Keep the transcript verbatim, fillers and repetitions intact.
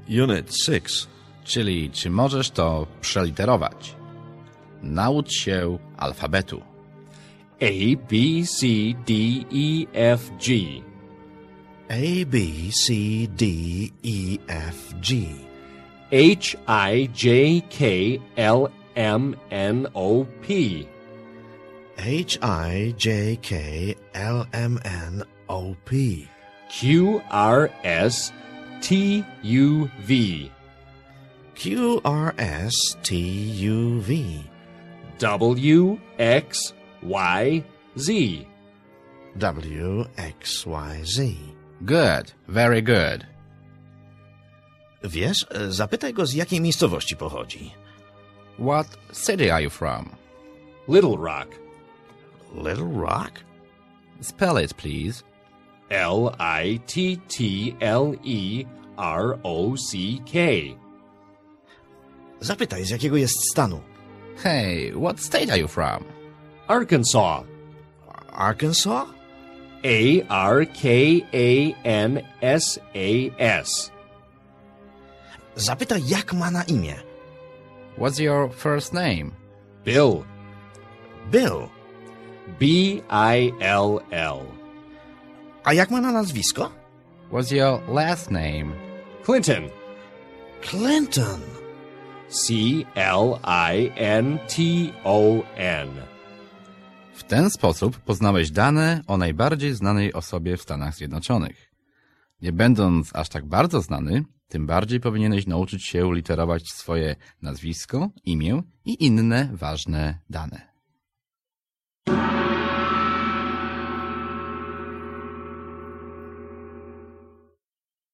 Unit six. Czyli czy możesz to przeliterować? Naucz się alfabetu. A, B, C, D, E, F, G. A, B, C, D, E, F, G. H, I, J, K, L, M, N, O, P. H, I, J, K, L, M, N, O, P. Q, R, S, T, U, V. Q, R, S, T, U, V. W, X, Y, Z. W, X, Y, Z. Good, very good. Wiesz, zapytaj go, z jakiej miejscowości pochodzi. What city are you from? Little Rock. Little Rock? Spell it, please. L, I, T, T, L, E, R, O, C, K. Zapytaj, z jakiego jest stanu. Hey, what state are you from? Arkansas. Arkansas? A, R, K, A, N, S, A, S. Zapytaj, jak ma na imię. What's your first name? Bill. Bill. B, I, L, L. A jak ma na nazwisko? What's your last name? Clinton. Clinton. C, L, I, N, T, O, N. W ten sposób poznałeś dane o najbardziej znanej osobie w Stanach Zjednoczonych. Nie będąc aż tak bardzo znany, tym bardziej powinieneś nauczyć się literować swoje nazwisko, imię i inne ważne dane.